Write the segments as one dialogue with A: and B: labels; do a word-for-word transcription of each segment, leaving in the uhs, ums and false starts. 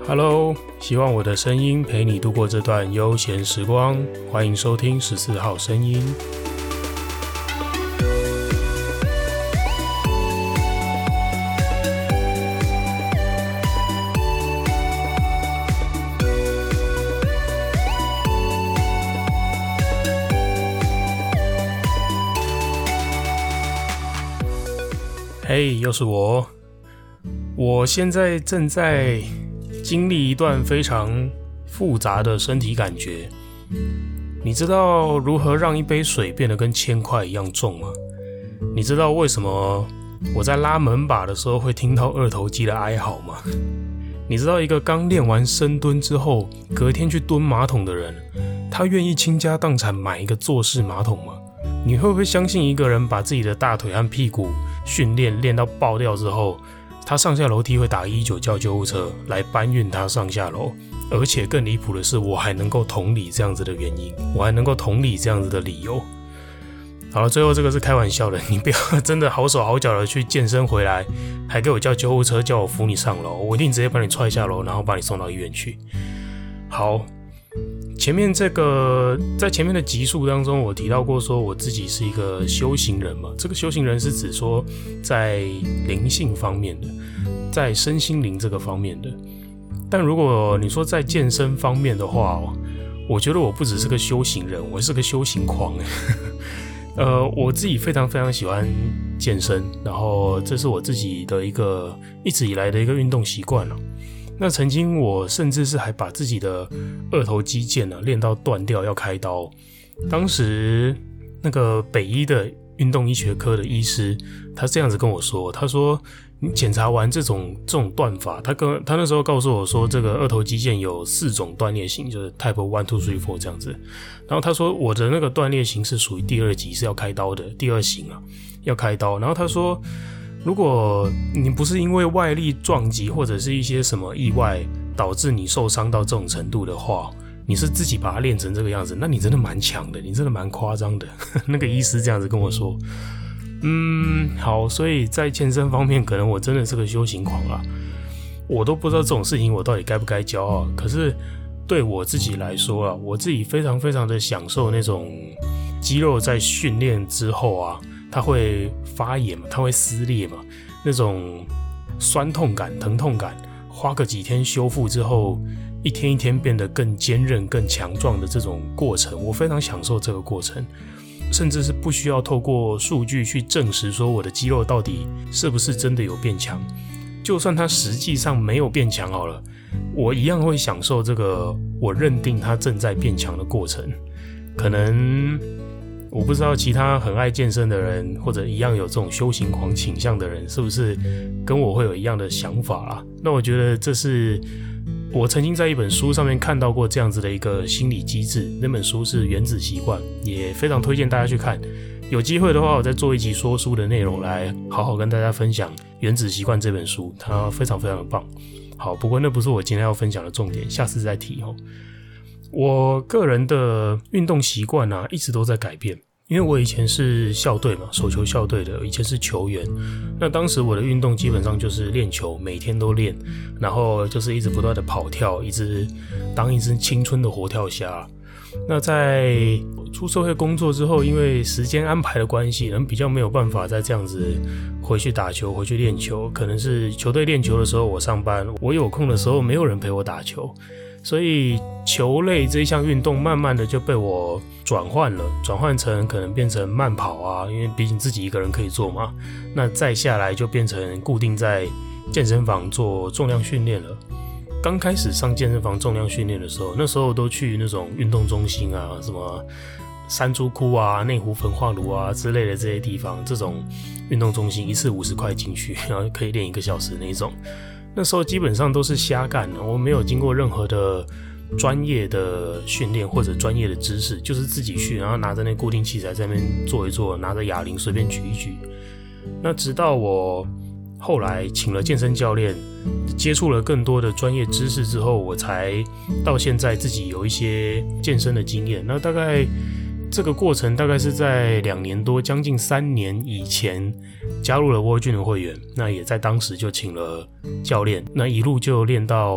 A: Hello， 希望我的声音陪你度过这段悠闲时光，欢迎收听十四号声音。嘿、hey, 又是我。我现在正在经历一段非常复杂的身体感觉。你知道如何让一杯水变得跟铅块一样重吗？你知道为什么我在拉门把的时候会听到二头肌的哀嚎吗？你知道一个刚练完深蹲之后隔天去蹲马桶的人，他愿意倾家荡产买一个坐式马桶吗？你会不会相信一个人把自己的大腿和屁股训练练到爆掉之后，他上下楼梯会打一一九叫救护车来搬运他上下楼？而且更离谱的是，我还能够同理这样子的原因，我还能够同理这样子的理由。好了，最后这个是开玩笑的，你不要真的好手好脚的去健身回来还给我叫救护车叫我扶你上楼，我一定直接把你踹下楼，然后把你送到医院去。好，前面这个在前面的集数当中我提到过说我自己是一个修行人嘛，这个修行人是指说在灵性方面的，在身心灵这个方面的。但如果你说在健身方面的话，我觉得我不只是个修行人，我是个修行狂呃，我自己非常非常喜欢健身，然后这是我自己的一个一直以来的一个运动习惯了。那曾经我甚至是还把自己的二头肌腱啊练到断掉要开刀。当时那个北医的运动医学科的医师，他这样子跟我说，他说你检查完这种这种断法，他跟他那时候告诉我说，这个二头肌腱有四种断裂型，就是 Type one two three four 这样子。然后他说我的那个断裂型是属于第二级，是要开刀的，第二型啊要开刀。然后他说，如果你不是因为外力撞击或者是一些什么意外导致你受伤到这种程度的话，你是自己把它练成这个样子，那你真的蛮强的，你真的蛮夸张的那个医师这样子跟我说。嗯，好，所以在健身方面可能我真的是个修行狂啦，我都不知道这种事情我到底该不该骄傲。可是对我自己来说啊，我自己非常非常的享受那种肌肉在训练之后啊，它会发炎嘛，它会撕裂嘛，那种酸痛感、疼痛感，花个几天修复之后，一天一天变得更坚韧、更强壮的这种过程，我非常享受这个过程。甚至是不需要透过数据去证实说我的肌肉到底是不是真的有变强，就算它实际上没有变强好了，我一样会享受这个我认定它正在变强的过程。可能我不知道其他很爱健身的人，或者一样有这种修行狂倾向的人，是不是跟我会有一样的想法啦？那我觉得这是我曾经在一本书上面看到过这样子的一个心理机制，那本书是《原子习惯》，也非常推荐大家去看。有机会的话，我再做一集说书的内容来好好跟大家分享《原子习惯》这本书，它非常非常的棒。好，不过那不是我今天要分享的重点，下次再提哦。我个人的运动习惯啊，一直都在改变。因为我以前是校队嘛，手球校队的，以前是球员。那当时我的运动基本上就是练球，每天都练，然后就是一直不断的跑跳，一直当一只青春的活跳虾。那在出社会工作之后，因为时间安排的关系，人比较没有办法再这样子回去打球，回去练球。可能是球队练球的时候我上班，我有空的时候没有人陪我打球。所以球类这一项运动慢慢的就被我转换了，转换成可能变成慢跑啊，因为毕竟自己一个人可以做嘛。那再下来就变成固定在健身房做重量训练了。刚开始上健身房重量训练的时候，那时候都去那种运动中心啊，什么山猪窟啊、内湖焚化炉啊之类的这些地方，这种运动中心一次五十块进去，然后可以练一个小时那种。那时候基本上都是瞎干，我没有经过任何的专业的训练或者专业的知识，就是自己去，然后拿着那固定器材在那边做一做，拿着哑铃随便举一举。那直到我后来请了健身教练，接触了更多的专业知识之后，我才到现在自己有一些健身的经验。那大概这个过程大概是在两年多，将近三年以前加入了World Gym的会员，那也在当时就请了教练，那一路就练到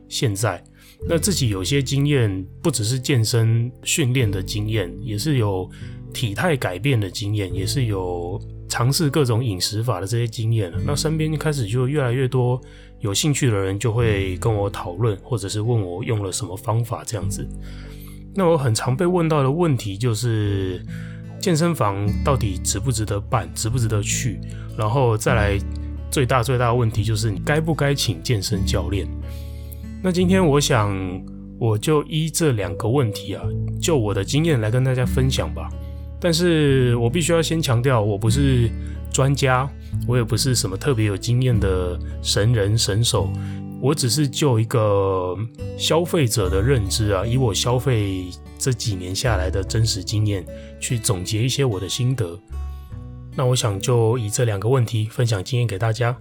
A: 现在。那自己有些经验，不只是健身训练的经验，也是有体态改变的经验，也是有尝试各种饮食法的这些经验。那身边开始就越来越多有兴趣的人就会跟我讨论，或者是问我用了什么方法这样子。那我很常被问到的问题就是健身房到底值不值得办，值不值得去，然后再来最大最大的问题就是你该不该请健身教练。那今天我想我就依这两个问题啊，就我的经验来跟大家分享吧。但是我必须要先强调，我不是专家，我也不是什么特别有经验的神人神手，我只是就一个消费者的认知啊，以我消费这几年下来的真实经验去总结一些我的心得。那我想就以这两个问题分享经验给大家。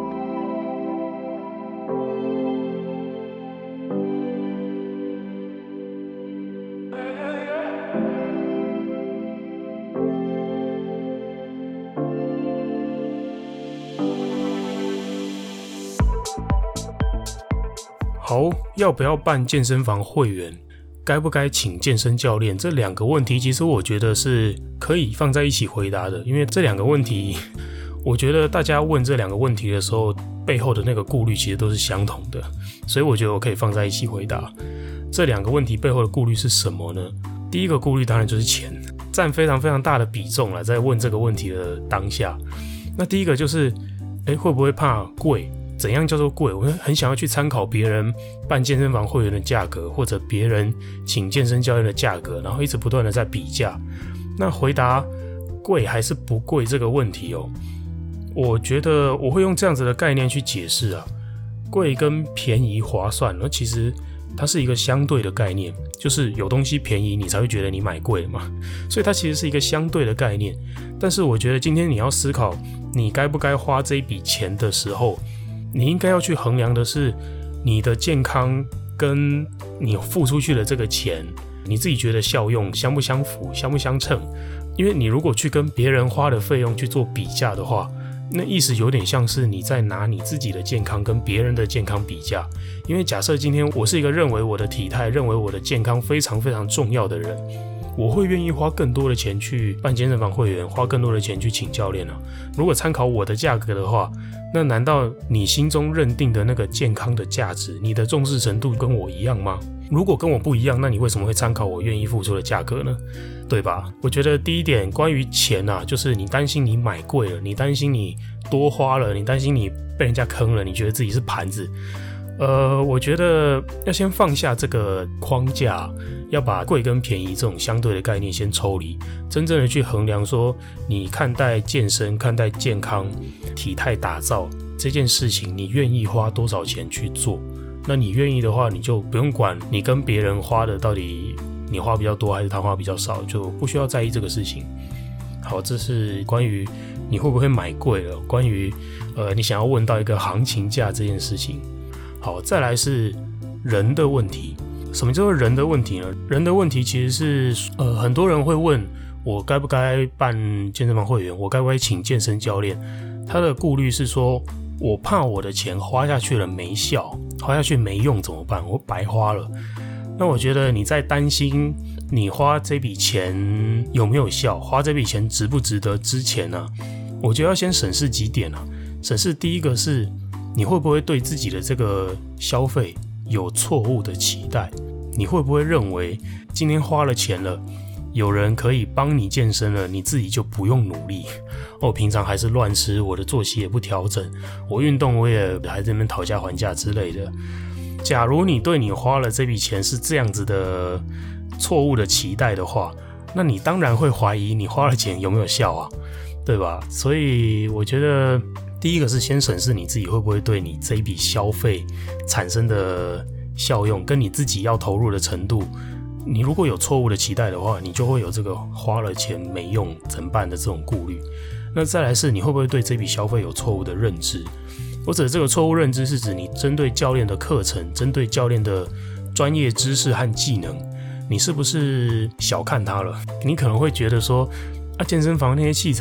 A: 好，要不要办健身房会员，该不该请健身教练，这两个问题其实我觉得是可以放在一起回答的。因为这两个问题，我觉得大家问这两个问题的时候，背后的那个顾虑其实都是相同的，所以我觉得我可以放在一起回答。这两个问题背后的顾虑是什么呢？第一个顾虑当然就是钱，占非常非常大的比重啦，在问这个问题的当下。那第一个就是诶会不会怕贵？怎样叫做贵？我很想要去参考别人办健身房会员的价格，或者别人请健身教练的价格，然后一直不断的在比价。那回答贵还是不贵这个问题哦，我觉得我会用这样子的概念去解释啊。贵跟便宜划算，那其实它是一个相对的概念，就是有东西便宜你才会觉得你买贵了嘛，所以它其实是一个相对的概念。但是我觉得今天你要思考你该不该花这一笔钱的时候，你应该要去衡量的是你的健康跟你付出去的这个钱，你自己觉得效用相不相符，相不相称。因为你如果去跟别人花的费用去做比价的话，那意思有点像是你在拿你自己的健康跟别人的健康比价。因为假设今天我是一个认为我的体态，认为我的健康非常非常重要的人，我会愿意花更多的钱去办健身房会员，花更多的钱去请教练啊。如果参考我的价格的话，那难道你心中认定的那个健康的价值，你的重视程度跟我一样吗？如果跟我不一样，那你为什么会参考我愿意付出的价格呢？对吧？我觉得第一点关于钱啊，就是你担心你买贵了，你担心你多花了，你担心你被人家坑了，你觉得自己是盘子。呃，我觉得要先放下这个框架，要把贵跟便宜这种相对的概念先抽离，真正的去衡量说你看待健身、看待健康、体态打造这件事情，你愿意花多少钱去做。那你愿意的话，你就不用管你跟别人花的到底你花比较多还是他花比较少，就不需要在意这个事情。好，这是关于你会不会买贵了，关于呃你想要问到一个行情价这件事情。好，再来是人的问题。什么叫做人的问题呢？人的问题其实是呃很多人会问我该不该办健身房会员，我该不该请健身教练。他的顾虑是说，我怕我的钱花下去了没效，花下去没用怎么办？我白花了。那我觉得你在担心你花这笔钱有没有效，花这笔钱值不值得之前啊，我觉得要先审视几点啊。审视第一个是你会不会对自己的这个消费有错误的期待？你会不会认为今天花了钱了，有人可以帮你健身了，你自己就不用努力？我平常还是乱吃，我的作息也不调整，我运动我也还在那边讨价还价之类的。假如你对你花了这笔钱是这样子的错误的期待的话，那你当然会怀疑你花了钱有没有效啊，对吧？所以我觉得第一个是先审视你自己会不会对你这一笔消费产生的效用跟你自己要投入的程度，你如果有错误的期待的话，你就会有这个花了钱没用怎么办的这种顾虑。那再来是你会不会对这笔消费有错误的认知？我指的这个错误认知是指你针对教练的课程，针对教练的专业知识和技能，你是不是小看他了？你可能会觉得说啊，健身房那些器材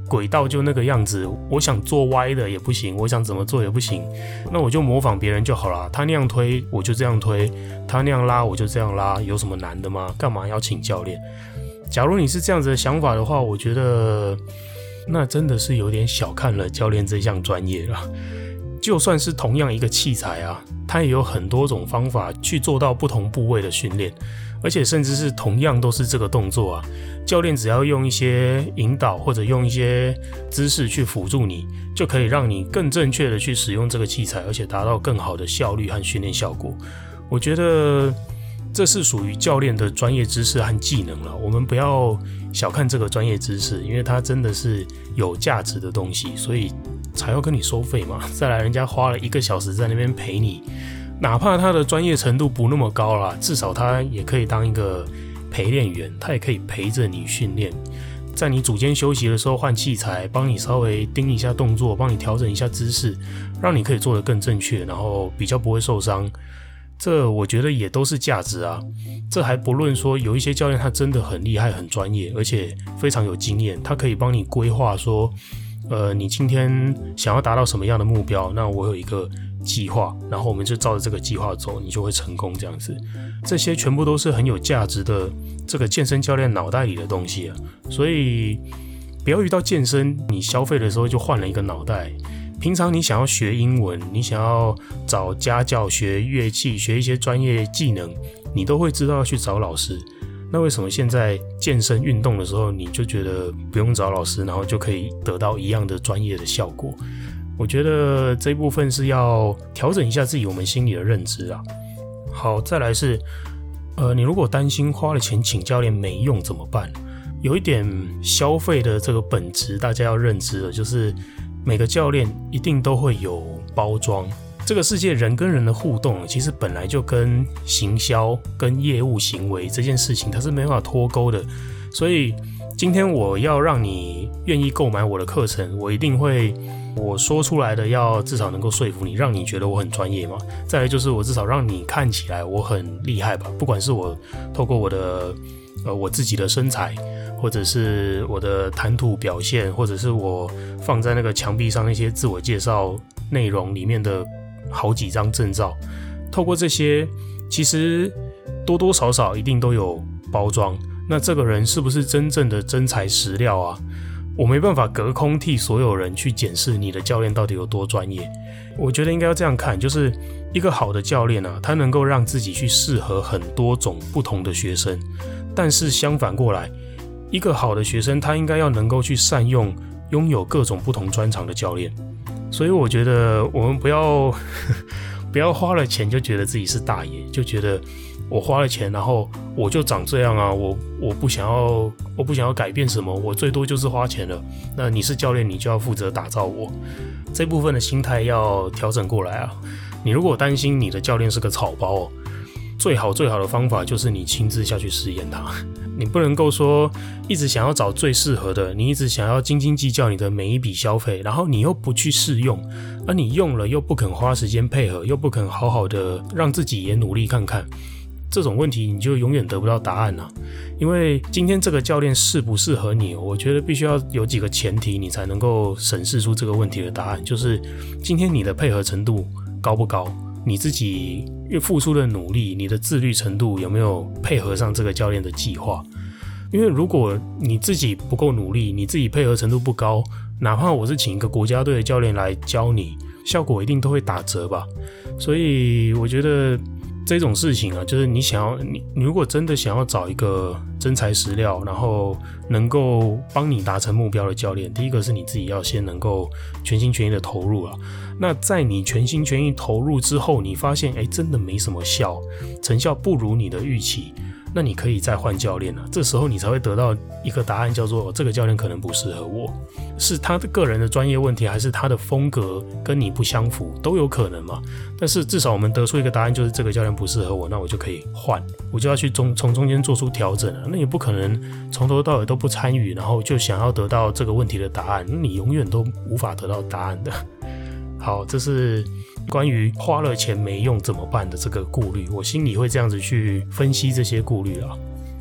A: 轨道就那个样子，我想做歪的也不行，我想怎么做也不行，那我就模仿别人就好了。他那样推我就这样推，他那样拉我就这样拉，有什么难的吗？干嘛要请教练？假如你是这样子的想法的话，我觉得那真的是有点小看了教练这项专业了。就算是同样一个器材啊，它也有很多种方法去做到不同部位的训练，而且甚至是同样都是这个动作啊，教练只要用一些引导或者用一些姿势去辅助你，就可以让你更正确的去使用这个器材，而且达到更好的效率和训练效果。我觉得这是属于教练的专业知识和技能了，我们不要小看这个专业知识，因为它真的是有价值的东西，所以才要跟你收费嘛。再来，人家花了一个小时在那边陪你，哪怕他的专业程度不那么高啦，至少他也可以当一个陪练员，他也可以陪着你训练，在你组间休息的时候换器材，帮你稍微盯一下动作，帮你调整一下姿势，让你可以做得更正确，然后比较不会受伤。这我觉得也都是价值啊。这还不论说有一些教练他真的很厉害很专业，而且非常有经验，他可以帮你规划说呃，你今天想要达到什么样的目标，那我有一个计划，然后我们就照着这个计划走，你就会成功这样子。这些全部都是很有价值的这个健身教练脑袋里的东西啊。所以不要遇到健身你消费的时候就换了一个脑袋。平常你想要学英文，你想要找家教学乐器，学一些专业技能，你都会知道要去找老师。那为什么现在健身运动的时候你就觉得不用找老师，然后就可以得到一样的专业的效果？我觉得这一部分是要调整一下自己我们心里的认知啊。好，再来是呃，你如果担心花了钱请教练没用怎么办？有一点消费的这个本质大家要认知的，就是每个教练一定都会有包装。这个世界人跟人的互动其实本来就跟行销跟业务行为这件事情它是没办法脱钩的，所以今天我要让你愿意购买我的课程，我一定会我说出来的要至少能够说服你，让你觉得我很专业嘛。再来就是我至少让你看起来我很厉害吧，不管是我透过我的呃我自己的身材，或者是我的谈吐表现，或者是我放在那个墙壁上那些自我介绍内容里面的好几张证照，透过这些其实多多少少一定都有包装。那这个人是不是真正的真材实料啊？我没办法隔空替所有人去检视你的教练到底有多专业。我觉得应该要这样看，就是一个好的教练啊，他能够让自己去适合很多种不同的学生，但是相反过来，一个好的学生他应该要能够去善用拥有各种不同专长的教练。所以我觉得我们不要不要花了钱就觉得自己是大爷，就觉得我花了钱然后我就长这样啊，我我不想要我不想要改变什么，我最多就是花钱了，那你是教练你就要负责打造我。这部分的心态要调整过来啊。你如果担心你的教练是个草包哦，最好最好的方法就是你亲自下去试验它。你不能够说一直想要找最适合的，你一直想要斤斤计较你的每一笔消费，然后你又不去试用，而你用了又不肯花时间配合，又不肯好好的让自己也努力看看，这种问题你就永远得不到答案啊。因为今天这个教练适不适合你，我觉得必须要有几个前提，你才能够审视出这个问题的答案。就是今天你的配合程度高不高，你自己付出的努力，你的自律程度有没有配合上这个教练的计划。因为如果你自己不够努力，你自己配合程度不高，哪怕我是请一个国家队的教练来教你，效果一定都会打折吧。所以我觉得这种事情啊，就是你想要 你, 你如果真的想要找一个真材实料，然后能够帮你达成目标的教练，第一个是你自己要先能够全心全意的投入啊。那在你全心全意投入之后，你发现哎真的没什么效，成效不如你的预期，那你可以再换教练了。这时候你才会得到一个答案，叫做、哦、这个教练可能不适合我，是他的个人的专业问题，还是他的风格跟你不相符，都有可能嘛。但是至少我们得出一个答案，就是这个教练不适合我，那我就可以换，我就要去中从中间做出调整了。那你不可能从头到尾都不参与，然后就想要得到这个问题的答案，你永远都无法得到答案的。好，这是关于花了钱没用怎么办的这个顾虑，我心里会这样子去分析这些顾虑啦。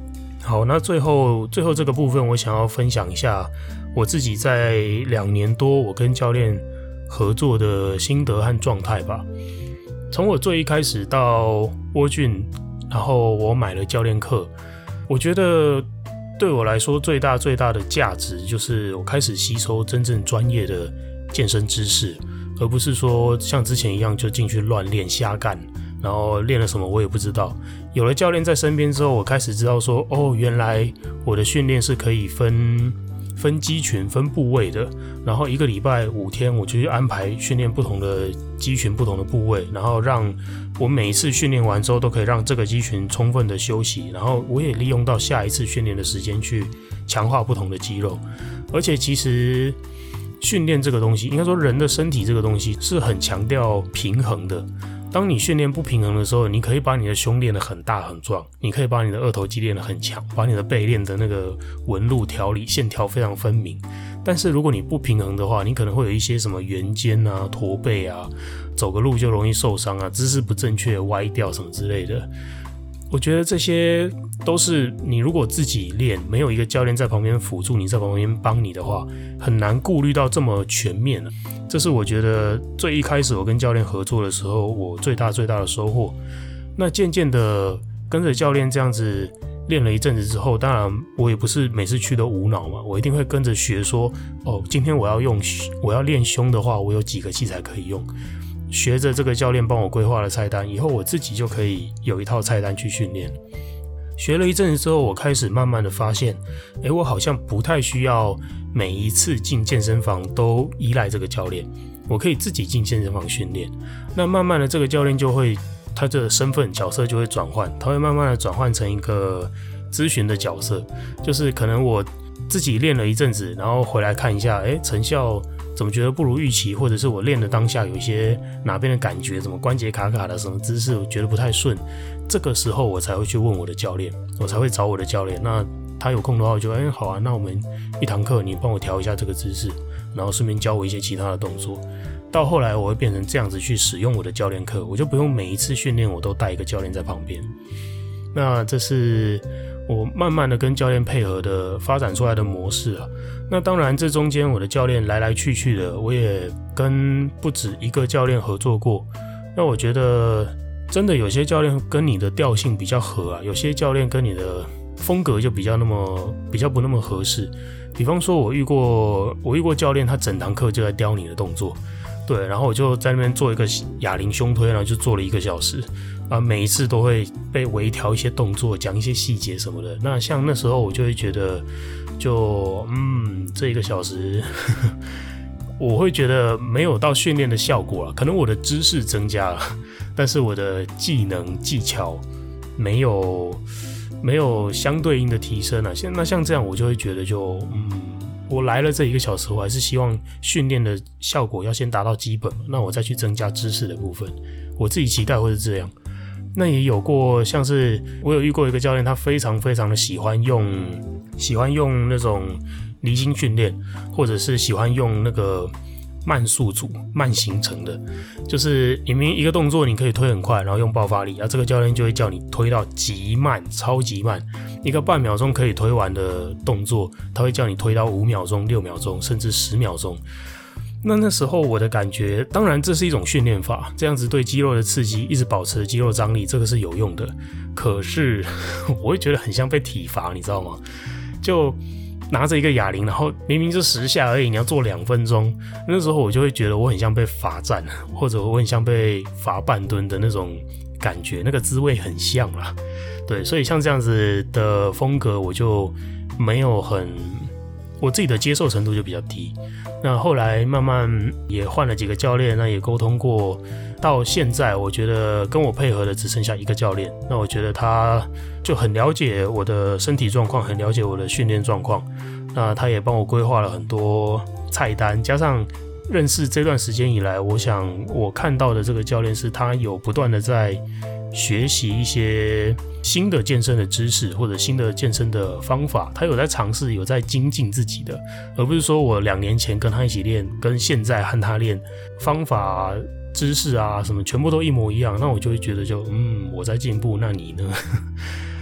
A: 好，那最后最后这个部分，我想要分享一下我自己在两年多我跟教练合作的心得和状态吧。从我最一开始到蜗俊，然后我买了教练课，我觉得对我来说最大最大的价值就是我开始吸收真正专业的健身知识，而不是说像之前一样就进去乱练瞎干，然后练了什么我也不知道。有了教练在身边之后，我开始知道说，哦，原来我的训练是可以分分肌群、分部位的。然后一个礼拜五天，我就去安排训练不同的肌群、不同的部位，然后让我每一次训练完之后，都可以让这个肌群充分的休息。然后我也利用到下一次训练的时间去强化不同的肌肉。而且其实训练这个东西，应该说人的身体这个东西是很强调平衡的。当你训练不平衡的时候，你可以把你的胸练得很大很壮，你可以把你的二头肌练得很强，把你的背练的那个纹路条理线条非常分明。但是如果你不平衡的话，你可能会有一些什么圆肩啊、驼背啊，走个路就容易受伤啊，姿势不正确歪掉什么之类的。我觉得这些都是你如果自己练，没有一个教练在旁边辅助你，在旁边帮你的话，很难顾虑到这么全面。这是我觉得最一开始我跟教练合作的时候，我最大最大的收获。那渐渐的跟着教练这样子练了一阵子之后，当然我也不是每次去都无脑嘛，我一定会跟着学说，哦，今天我要用我要练胸的话，我有几个器材可以用。学着这个教练帮我规划了菜单，以后我自己就可以有一套菜单去训练。学了一阵子之后，我开始慢慢的发现，诶，我好像不太需要每一次进健身房都依赖这个教练，我可以自己进健身房训练。那慢慢的这个教练就会，他的身份角色就会转换，他会慢慢的转换成一个咨询的角色，就是可能我自己练了一阵子，然后回来看一下，诶，成效怎么觉得不如预期，或者是我练的当下有一些哪边的感觉，什么关节卡卡的，什么姿势我觉得不太顺，这个时候我才会去问我的教练，我才会找我的教练。那他有空的话，我就哎好啊，那我们一堂课你帮我调一下这个姿势，然后顺便教我一些其他的动作。到后来我会变成这样子去使用我的教练课，我就不用每一次训练我都带一个教练在旁边。那这是我慢慢的跟教练配合的发展出来的模式啊。那当然这中间我的教练来来去去的，我也跟不止一个教练合作过。那我觉得真的有些教练跟你的调性比较合啊，有些教练跟你的风格就比较那么比较不那么合适。比方说我遇过我遇过教练，他整堂课就在雕你的动作，对，然后我就在那边做一个哑铃胸推，然后就做了一个小时啊，每一次都会被微调一些动作，讲一些细节什么的。那像那时候我就会觉得，就嗯，这一个小时呵呵我会觉得没有到训练的效果了，可能我的知识增加了，但是我的技能技巧没有没有相对应的提升啊。那像这样我就会觉得就嗯。我来了这一个小时，我还是希望训练的效果要先达到基本，那我再去增加知识的部分。我自己期待会是这样。那也有过像是我有遇过一个教练，他非常非常的喜欢用喜欢用那种离心训练，或者是喜欢用那个慢速组慢行程的，就是明明一个动作你可以推很快，然后用爆发力，然后这个教练就会叫你推到极慢，超级慢，一个半秒钟可以推完的动作，他会叫你推到五秒钟、六秒钟，甚至十秒钟。那那时候我的感觉，当然这是一种训练法，这样子对肌肉的刺激，一直保持肌肉张力，这个是有用的。可是我会觉得很像被体罚，你知道吗？就拿着一个哑铃，然后明明就十下而已，你要做两分钟，那时候我就会觉得我很像被罚站，或者我很像被罚半蹲的那种感觉，那个滋味很像啦。对，所以像这样子的风格，我就没有很，我自己的接受程度就比较低。那后来慢慢也换了几个教练，那也沟通过，到现在我觉得跟我配合的只剩下一个教练。那我觉得他就很了解我的身体状况，很了解我的训练状况。那他也帮我规划了很多菜单，加上认识这段时间以来，我想我看到的这个教练是他有不断的在学习一些新的健身的知识或者新的健身的方法，他有在尝试，有在精进自己的，而不是说我两年前跟他一起练，跟现在和他练方法啊、知识啊什么全部都一模一样，那我就会觉得就嗯我在进步，那你呢？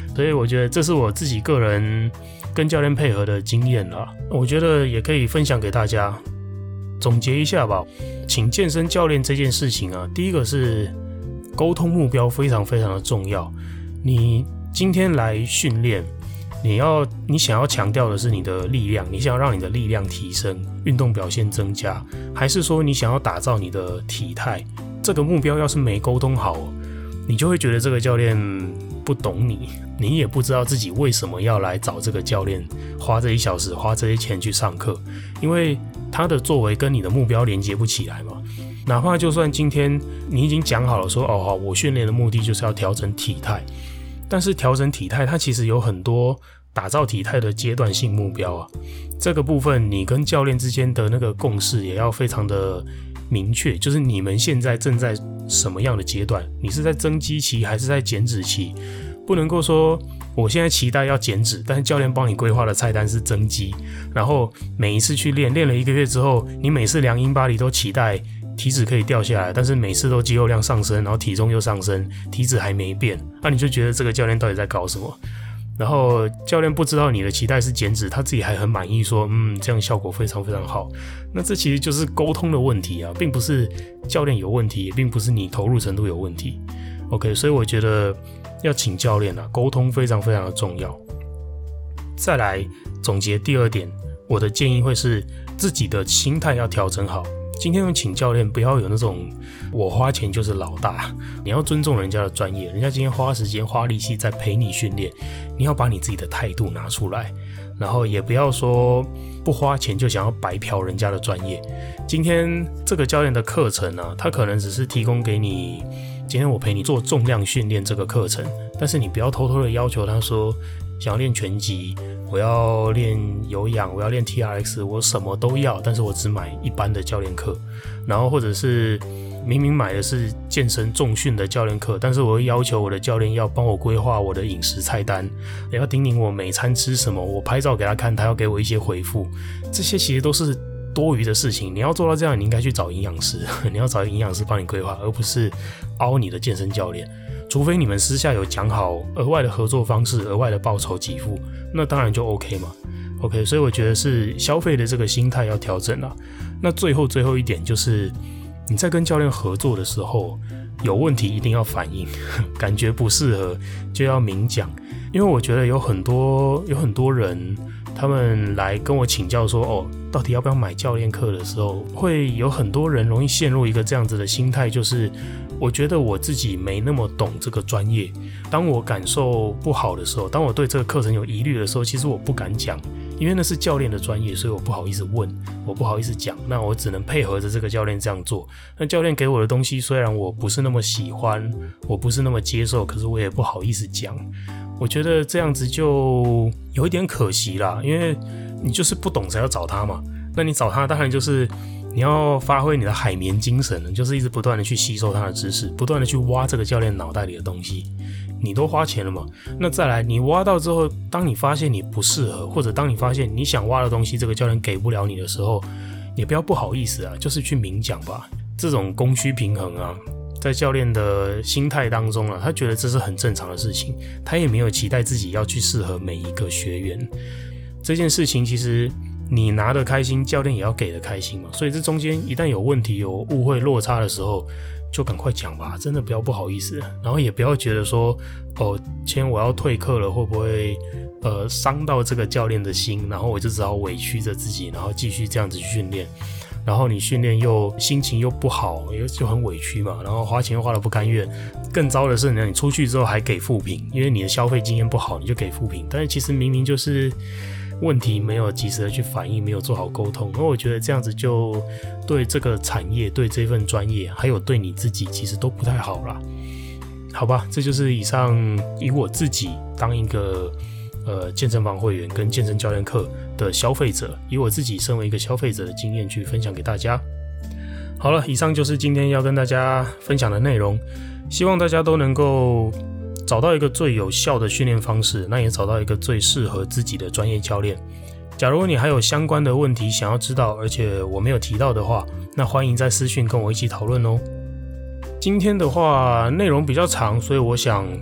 A: 所以我觉得这是我自己个人跟教练配合的经验啦，我觉得也可以分享给大家。总结一下吧，请健身教练这件事情啊，第一个是沟通目标非常非常的重要。你今天来训练，你要你想要强调的是你的力量，你想要让你的力量提升，运动表现增加，还是说你想要打造你的体态？这个目标要是没沟通好，你就会觉得这个教练不懂你，你也不知道自己为什么要来找这个教练，花这一小时花这些钱去上课，因为他的作为跟你的目标连接不起来嘛。哪怕就算今天你已经讲好了说，哦好，我训练的目的就是要调整体态，但是调整体态它其实有很多打造体态的阶段性目标啊，这个部分你跟教练之间的那个共识也要非常的明确，就是你们现在正在什么样的阶段，你是在增肌期还是在减脂期，不能够说我现在期待要减脂，但是教练帮你规划的菜单是增肌，然后每一次去练，练了一个月之后，你每次量InBody都期待体脂可以掉下来，但是每次都肌肉量上升，然后体重又上升，体脂还没变，那你就觉得这个教练到底在搞什么？然后教练不知道你的期待是减脂，他自己还很满意说，嗯，这样效果非常非常好。那这其实就是沟通的问题啊，并不是教练有问题，也并不是你投入程度有问题。OK， 所以我觉得要请教练啊，沟通非常非常的重要。再来总结第二点，我的建议会是自己的心态要调整好。今天请教练不要有那种我花钱就是老大，你要尊重人家的专业，人家今天花时间花力气在陪你训练，你要把你自己的态度拿出来，然后也不要说不花钱就想要白嫖人家的专业。今天这个教练的课程啊，他可能只是提供给你，今天我陪你做重量训练这个课程，但是你不要偷偷的要求他说想要练拳击，我要练有氧，我要练 T R X， 我什么都要，但是我只买一般的教练课。然后或者是明明买的是健身重训的教练课，但是我会要求我的教练要帮我规划我的饮食菜单，也要叮咛我每餐吃什么，我拍照给他看，他要给我一些回复，这些其实都是多余的事情。你要做到这样，你应该去找营养师，你要找营养师帮你规划，而不是凹你的健身教练。除非你们私下有讲好额外的合作方式，额外的报酬给付，那当然就 OK 嘛。OK， 所以我觉得是消费的这个心态要调整啦。那最后最后一点就是你在跟教练合作的时候，有问题一定要反映，感觉不适合就要明讲。因为我觉得有很多有很多人他们来跟我请教说，哦，到底要不要买教练课的时候，会有很多人容易陷入一个这样子的心态，就是我觉得我自己没那么懂这个专业，当我感受不好的时候，当我对这个课程有疑虑的时候，其实我不敢讲，因为那是教练的专业，所以我不好意思问，我不好意思讲，那我只能配合着这个教练这样做。那教练给我的东西虽然我不是那么喜欢，我不是那么接受，可是我也不好意思讲。我觉得这样子就有一点可惜啦，因为你就是不懂才要找他嘛，那你找他当然就是你要发挥你的海绵精神，就是一直不断的去吸收他的知识，不断的去挖这个教练脑袋里的东西。你都花钱了嘛，那再来你挖到之后，当你发现你不适合，或者当你发现你想挖的东西这个教练给不了你的时候，也不要不好意思啊，就是去明讲吧。这种供需平衡啊，在教练的心态当中啊，他觉得这是很正常的事情，他也没有期待自己要去适合每一个学员。这件事情其实你拿得开心，教练也要给得开心嘛，所以这中间一旦有问题、有误会、落差的时候，就赶快讲吧，真的不要不好意思，然后也不要觉得说，哦，今天我要退课了，会不会呃伤到这个教练的心，然后我就只好委屈着自己，然后继续这样子去训练，然后你训练又心情又不好，又就很委屈嘛，然后花钱又花得不甘愿。更糟的是呢，你出去之后还给负评，因为你的消费经验不好，你就给负评，但是其实明明就是问题没有及时的去反应，没有做好沟通，而我觉得这样子就对这个产业、对这份专业，还有对你自己，其实都不太好啦。好吧，这就是以上以我自己当一个呃健身房会员跟健身教练课的消费者，以我自己身为一个消费者的经验去分享给大家。好了，以上就是今天要跟大家分享的内容，希望大家都能够找到一个最有效的训练方式，那也找到一个最适合自己的专业教练。假如你还有相关的问题想要知道，而且我没有提到的话，那欢迎在私讯跟我一起讨论哦。今天的话内容比较长，所以我想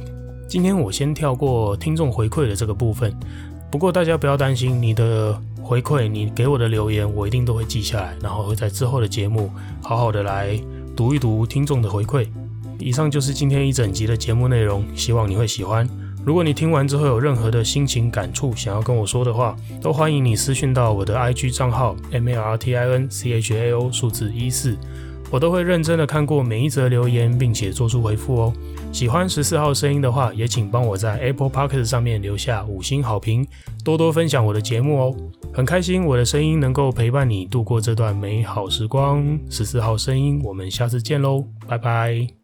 A: 今天我先跳过听众回馈的这个部分，不过大家不要担心，你的回馈，你给我的留言，我一定都会记下来，然后会在之后的节目好好的来读一读听众的回馈。以上就是今天一整集的节目内容，希望你会喜欢。如果你听完之后有任何的心情感触想要跟我说的话，都欢迎你私讯到我的 I G 账号 M A R T I N C H A O 数字一四，我都会认真的看过每一则留言，并且做出回复哦。喜欢十四号声音的话，也请帮我在 Apple Podcast 上面留下五星好评，多多分享我的节目哦。很开心我的声音能够陪伴你度过这段美好时光。十四号声音，我们下次见喽，拜拜。